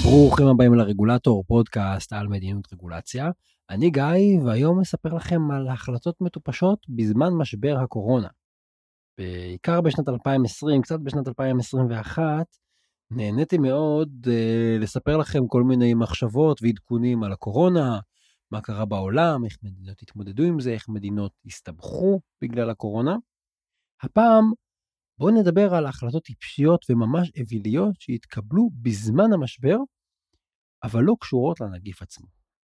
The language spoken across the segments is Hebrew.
ברוכים הבאים לרגולטור, פודקאסט על מדיניות רגולציה. אני גיא, והיום אספר לכם על החלטות מטופשות בזמן משבר הקורונה. בעיקר בשנת 2020, קצת בשנת 2021, נהניתי מאוד לספר לכם כל מיני מחשבות ועדכונים על הקורונה, מה קרה בעולם, איך מדינות התמודדו עם זה, איך מדינות הסתבכו בגלל הקורונה. הפעם בואו נדבר על החלטות טיפשיות וממש אוויליות שהתקבלו בזמן המשבר, אבל לא קשורות לנגיף עצמו.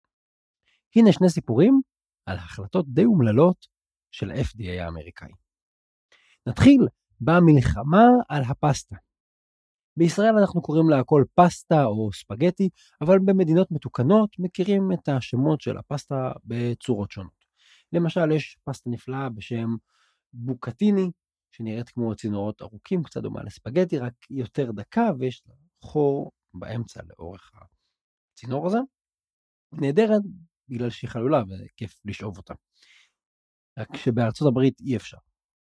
הנה שני סיפורים על החלטות די אומללות של ה-FDA האמריקאי. נתחיל במלחמה על הפסטה. בישראל אנחנו קוראים לה הכל פסטה או ספגטי, אבל במדינות מתוקנות מכירים את השמות של הפסטה בצורות שונות. למשל יש פסטה נפלאה בשם בוקטיני, שנראית כמו צינורות ארוכים, קצת דומה לספגטי, רק יותר דקה, ויש לה חור באמצע לאורך הצינור הזה. נהדרת בגלל שהיא חלולה וכיף לשאוב אותה. רק שבארצות הברית אי אפשר.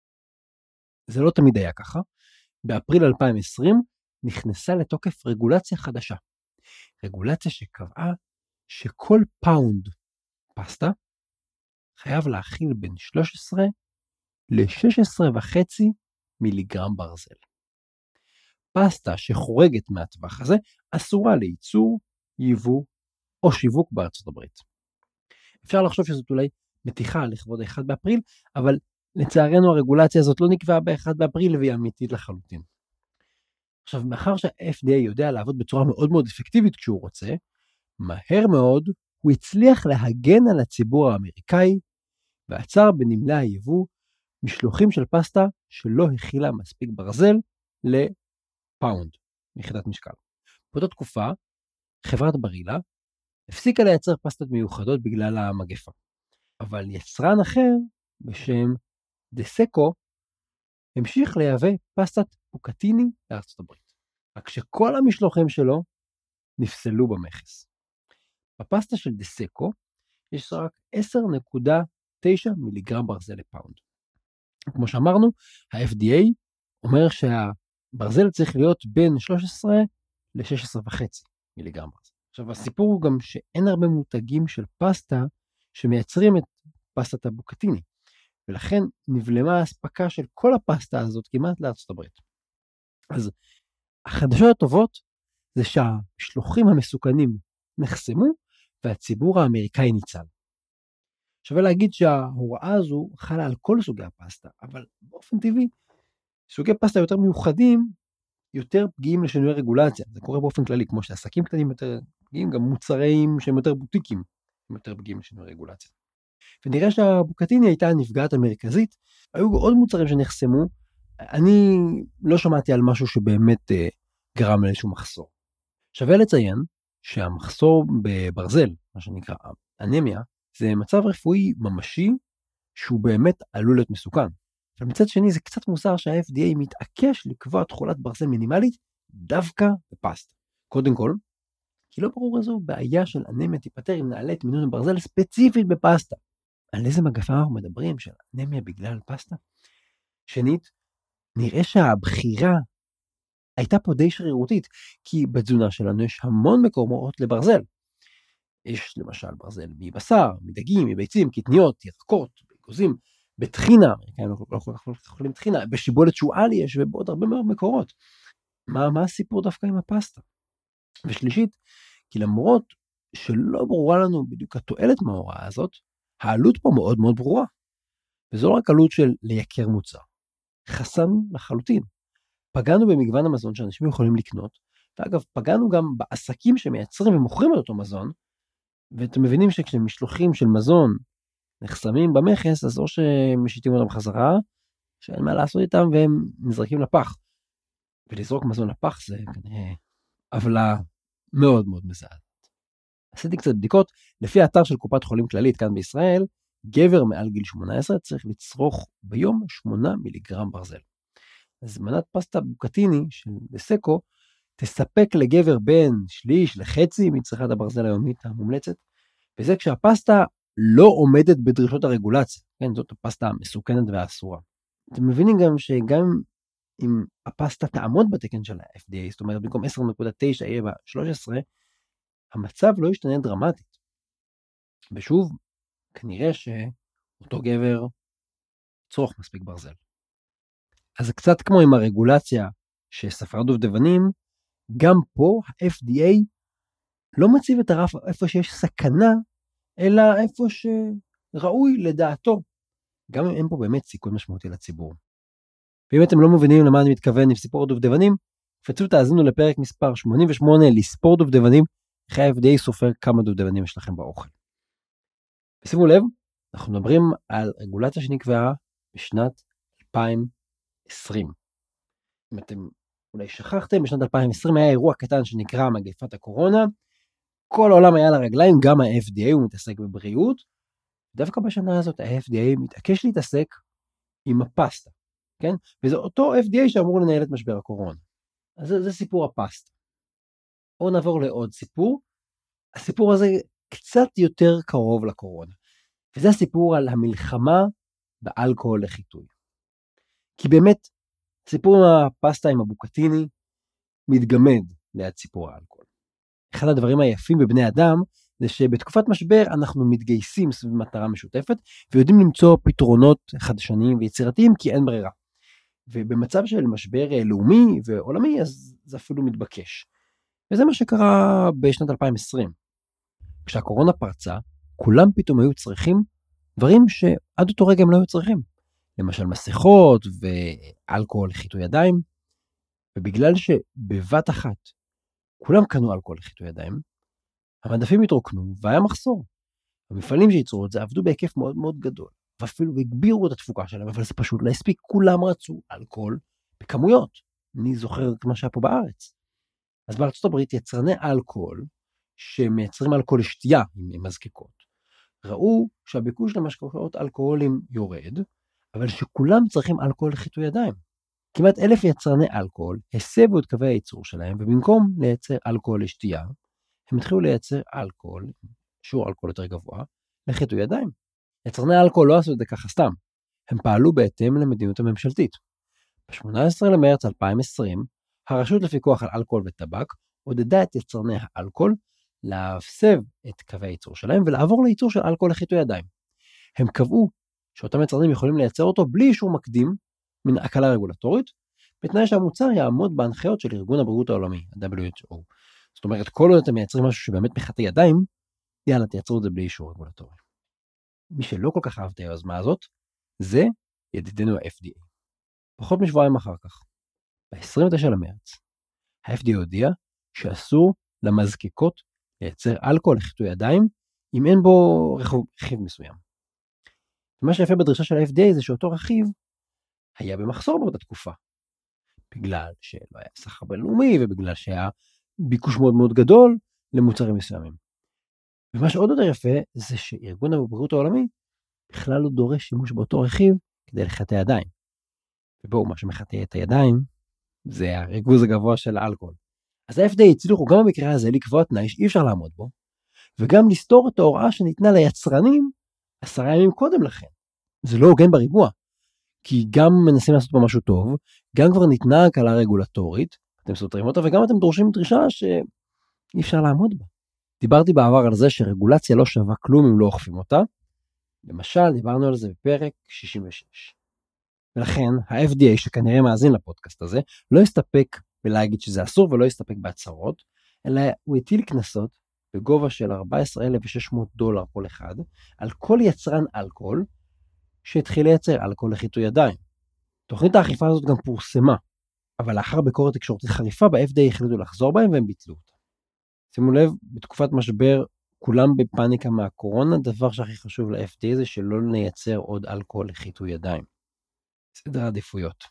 זה לא תמיד היה ככה. באפריל 2020 נכנסה לתוקף רגולציה חדשה. רגולציה שקבעה שכל פאונד פסטה חייב להכיל בין 13 ל-16.5 מיליגרם ברזל. פסטה שחורגת מהטווח הזה אסורה לייצור, ייבוא או שיווק בארצות הברית. אפשר לחשוב שזאת אולי מתיחה לכבוד 1 באפריל, אבל לצערנו הרגולציה הזאת לא נקבעה ב-1 באפריל והיא אמיתית לחלוטין. עכשיו, מאחר שה-FDA יודע לעבוד בצורה מאוד מאוד אפקטיבית כשהוא רוצה, מהר מאוד הוא הצליח להגן על הציבור האמריקאי, ועצר בנמלי היבוא משלוחים של פסטה שלא הכילה מספיק ברזל לפאונד, יחידת משקל. באותה תקופה, חברת ברילה הפסיקה לייצר פסטות מיוחדות בגלל המגפה. אבל יצרן אחר בשם דסקו המשיך לייבא פסטת בוקטיני לארצות הברית. רק שכל המשלוחים שלו נפסלו במכס. בפסטה של דסקו יש רק 10.9 מיליגרם ברזל לפאונד. כמו שאמרנו, ה-FDA אומר שהברזל צריך להיות בין 13 ל-16.5 מיליגרם ברזל. עכשיו, הסיפור הוא גם שאין הרבה מותגים של פסטה שמייצרים את פסטת הבוקטיני, ולכן נבלמה ההספקה של כל הפסטה הזאת כמעט לארצות הברית. אז החדשות הטובות זה שהמשלוחים המסוכנים נחסמו, והציבור האמריקאי ניצל. שווה להגיד שההוראה הזו חלה על כל סוגי הפסטה, אבל באופן טבעי, סוגי פסטה יותר מיוחדים, יותר פגיעים לשינוי רגולציה. זה קורה באופן כללי, כמו שעסקים קטנים יותר פגיעים, גם מוצרים שהם יותר בוטיקים, הם יותר פגיעים לשינוי רגולציה. ונראה שהבוקטיני הייתה הנפגעת המרכזית, היו עוד מוצרים שנחסמו, אני לא שמעתי על משהו שבאמת גרם לאיזשהו מחסור. שווה לציין שהמחסור בברזל, מה שנקרא אנמיה, זה מצב רפואי ממשי שהוא באמת עלול להיות מסוכן. אבל מצד שני זה קצת מוזר שה-FDA מתעקש לקבוע תכולת ברזל מינימלית דווקא בפסטה. קודם כל, כי לא ברור איזו בעיה של אנמיה תיפטר אם נעלה את מינון הברזל ספציפית בפסטה. על איזה מגפה אנחנו מדברים של אנמיה בגלל פסטה? שנית, נראה שהבחירה הייתה פה די שרירותית, כי בתזונה שלנו יש המון מקומות לברזל. יש למשל ברזל מבשר, מדגים, מביצים, קטניות, ירקות, בגוזים, בטחינה, בשיבולת שועל יש, ובעוד הרבה מאוד מקורות. מה הסיפור דווקא עם הפסטה? ושלישית, כי למרות שלא ברורה לנו בדיוק התועלת מההוראה הזאת, העלות פה מאוד מאוד ברורה. וזו לא רק עלות של לייקר מוצר. חסנו לחלוטין. פגענו במגוון המזון שאנשים יכולים לקנות, ואגב, פגענו גם בעסקים שמייצרים ומוכרים את אותו מזון, ואתם מבינים שכשמשלוחים של מזון נחסמים במכס, אז או שמשיתים אותם חזרה, שאין מה לעשות איתם והם נזרקים לפח. ולזרוק מזון לפח זה כנראה עוולה מאוד מאוד מזעזעת. עשיתי קצת בדיקות, לפי האתר של קופת חולים כללית כאן בישראל, גבר מעל גיל 18 צריך לצרוך ביום 8 מיליגרם ברזל. אז מנת פסטה בוקטיני של דסקו תספק לגבר בין שליש לחצי מצריכת הברזל היומית המומלצת, וזה כשהפסטה לא עומדת בדרישות הרגולציה, כן, זאת הפסטה המסוכנת והאסורה. אתם מבינים גם שגם אם הפסטה תעמוד בתקן של ה-FDA, זאת אומרת במקום 10.9 יהיה בה 13, המצב לא ישתנה דרמטית. ושוב, כנראה שאותו גבר צורך מספיק ברזל. אז זה קצת כמו עם הרגולציה שספרה דובדבנים, גם פה ה-FDA לא מציב את הרף איפה שיש סכנה, אלא איפה שראוי לדעתו, גם אם אין פה באמת סיכון משמעותי לציבור. ואם אתם לא מבינים למה אני מתכוון עם סיפור הדובדבנים, פצו תאזינו לפרק מספר 88 לספור דובדבנים, איך ה-FDA סופר כמה דובדבנים יש לכם באוכל. ושימו לב, אנחנו מדברים על רגולציה שנקבעה בשנת 2020. אם אתם אולי שכחתם, בשנת 2020 היה אירוע קטן שנקרא מגפת הקורונה, כל העולם היה לרגליים, גם ה-FDA הוא מתעסק בבריאות, דווקא בשנה הזאת ה-FDA מתעקש להתעסק עם הפסטה, כן? וזה אותו FDA שאמור לנהל את משבר הקורונה. אז זה סיפור הפסטה. בואו נעבור לעוד סיפור. הסיפור הזה קצת יותר קרוב לקורונה, וזה הסיפור על המלחמה באלכוהול לחיטוי. כי באמת, סיפור הפסטה עם הבוקטיני מתגמד ליד סיפור האלכוהול. אחד הדברים היפים בבני אדם זה שבתקופת משבר אנחנו מתגייסים סביב מטרה משותפת ויודעים למצוא פתרונות חדשניים ויצירתיים כי אין ברירה. ובמצב של משבר לאומי ועולמי אז זה אפילו מתבקש. וזה מה שקרה בשנת 2020. כשהקורונה פרצה, כולם פתאום היו צריכים דברים שעד אותו רגע הם לא היו צריכים. למשל מסכות ואלכוהול לחיטוי ידיים. ובגלל שבבת אחת כולם קנו אלכוהול לחיטוי ידיים, המדפים התרוקנו והיה מחסור. המפעלים שייצרו את זה עבדו בהיקף מאוד מאוד גדול, ואפילו הגבירו את התפוקה שלהם, אבל זה פשוט לא הספיק. כולם רצו אלכוהול בכמויות. אני זוכר את מה שהיה פה בארץ. אז בארצות הברית יצרני אלכוהול, שמייצרים אלכוהול לשתייה עם מזקקות, ראו שהביקוש למשקאות אלכוהולים יורד, אבל שכולם צריכים אלכוהול לחיטוי ידיים. כמעט 1,000 יצרני אלכוהול הסבו את קווי הייצור שלהם, ובמקום לייצר אלכוהול לשתייה, הם התחילו לייצר אלכוהול, שיעור אלכוהול יותר גבוה, לחיטוי ידיים. יצרני אלכוהול לא עשו את זה ככה סתם, הם פעלו בהתאם למדיניות הממשלתית. ב-18 למרץ 2020, הרשות לפיקוח על אלכוהול וטבק עודדה את יצרני האלכוהול להסב את קווי הייצור שלהם ולעבור לייצור של אלכוהול לחיטוי ידיים. הם קבעו שאותם יצרנים יכולים לייצר אותו בלי אישור מקדים מן הקלה רגולטורית, בתנאי שהמוצר יעמוד בהנחיות של ארגון הבריאות העולמי, ה-WHO. זאת אומרת, כל עוד אתם מייצרים משהו שבאמת מחטא ידיים, יאללה, תייצרו את זה בלי אישור רגולטורי. מי שלא כל כך אהב את היוזמה הזאת, זה ידידנו ה-FDA. פחות משבועיים אחר כך, ב-29 למרץ, ה-FDA הודיע שאסור למזקקות לייצר אלכוהול לחיטוי ידיים, אם אין בו רכיב מסוים. ומה שיפה בדרישה של ה-FDA זה שאותו רכיב היה במחסור באותה תקופה, בגלל שלא היה סחר בינלאומי, ובגלל שהיה ביקוש מאוד מאוד גדול למוצרים מסוימים. ומה שעוד יותר יפה, זה שארגון הבריאות העולמי בכלל לא דורש שימוש באותו רכיב כדי לחטא ידיים. ובואו, מה שמחטא את הידיים, זה הריכוז הגבוה של האלכוהול. אז ה-FDA הצליחו גם במקרה הזה לקבוע תנאי שאי אפשר לעמוד בו, וגם לסתור את ההוראה שניתנה ליצרנים 10 ימים קודם לכן. זה לא הוגן בריבוע. כי גם מנסים לעשות פה משהו טוב, גם כבר ניתנה הקלה רגולטורית, אתם סותרים אותה, וגם אתם דורשים דרישה שאי אפשר לעמוד בה. דיברתי בעבר על זה שרגולציה לא שווה כלום אם לא אוכפים אותה, למשל דיברנו על זה בפרק 66. ולכן ה-FDA שכנראה מאזין לפודקאסט הזה, לא יסתפק בלהגיד שזה אסור ולא יסתפק בהצהרות, אלא הוא הטיל קנסות בגובה של $14,600 כל אחד, על כל יצרן אלכוהול, שהתחיל לייצר אלכוהול לחיטוי ידיים. תוכנית האכיפה הזאת גם פורסמה, אבל לאחר ביקורת תקשורתית חריפה, ב-FDA החליטו לחזור בהם והם ביטלו אותה. שימו לב, בתקופת משבר, כולם בפאניקה מהקורונה, דבר שהכי חשוב ל-FDA זה שלא נייצר עוד אלכוהול לחיטוי ידיים. סדר העדיפויות.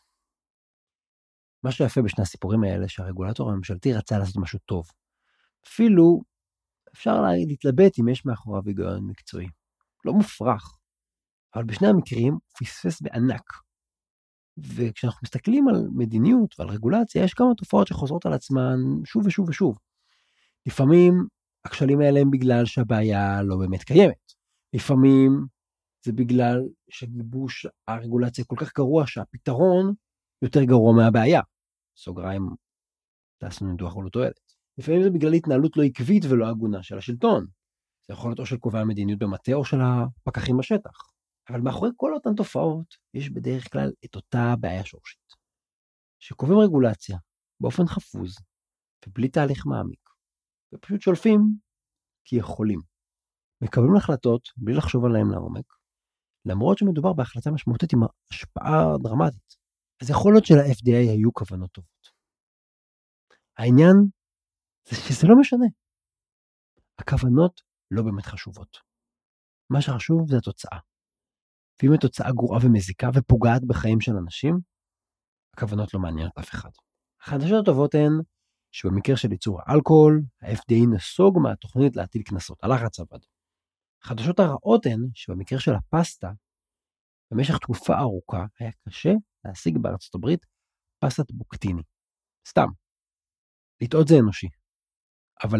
מה שיפה בשני הסיפורים האלה, שהרגולטור הממשלתי רצה לעשות משהו טוב. אפילו אפשר להתלבט אם יש מאחוריו היגיון מקצועי. לא מופרך. אבל בשני המקרים הוא פספס בענק. וכשאנחנו מסתכלים על מדיניות ועל רגולציה, יש כמה תופעות שחוזרות על עצמן שוב ושוב ושוב. לפעמים הכשלים האלה הם בגלל שהבעיה לא באמת קיימת. לפעמים זה בגלל שגיבוש הרגולציה כל כך גרוע שהפתרון יותר גרוע מהבעיה. סוגריים, תעשו ניתוח או לא תועלת. לפעמים זה בגלל התנהלות לא עקבית ולא הגונה של השלטון. זה יכול להיות או של קובעי המדיניות במטה או של הפקחים בשטח. אבל מאחורי כל אותן תופעות יש בדרך כלל את אותה בעיה שורשית. שקובעים רגולציה באופן חפוז ובלי תהליך מעמיק, ופשוט שולפים כי יכולים. מקבלים החלטות בלי לחשוב עליהם לעומק, למרות שמדובר בהחלטה משמעותית עם השפעה דרמטית. אז יכול להיות של-FDA היו כוונות טובות. העניין זה שזה לא משנה. הכוונות לא באמת חשובות. מה שחשוב זה התוצאה. ואם התוצאה גרועה ומזיקה ופוגעת בחיים של אנשים, הכוונות לא מעניינות אף אחד. החדשות הטובות הן שבמקרה של ייצור האלכוהול, ה-FDA נסוג מהתוכנית להטיל קנסות, הלחץ עבד. החדשות הרעות הן שבמקרה של הפסטה, במשך תקופה ארוכה היה קשה להשיג בארצות הברית פסטת בוקטיני. סתם. לטעות זה אנושי. אבל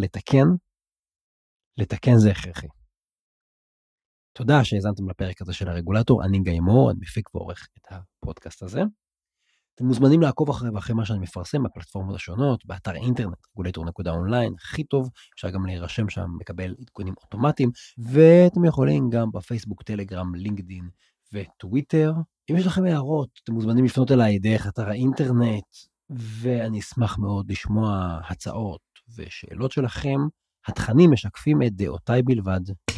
לתקן זה הכרחי. תודה שהאזנתם לפרק הזה של הרגולטור, אני גיא מור, אני מפיק ועורך את הפודקאסט הזה. אתם מוזמנים לעקוב אחרי מה שאני מפרסם בפלטפורמות השונות, באתר אינטרנט, regulator.online, הכי טוב, אפשר גם להירשם שם, לקבל עדכונים אוטומטיים, ואתם יכולים גם בפייסבוק, טלגרם, לינקדין וטוויטר. אם יש לכם הערות, אתם מוזמנים לפנות אליי דרך אתר האינטרנט, ואני אשמח מאוד לשמוע הצעות ושאלות שלכם. התכנים משקפים את דעותיי בלבד.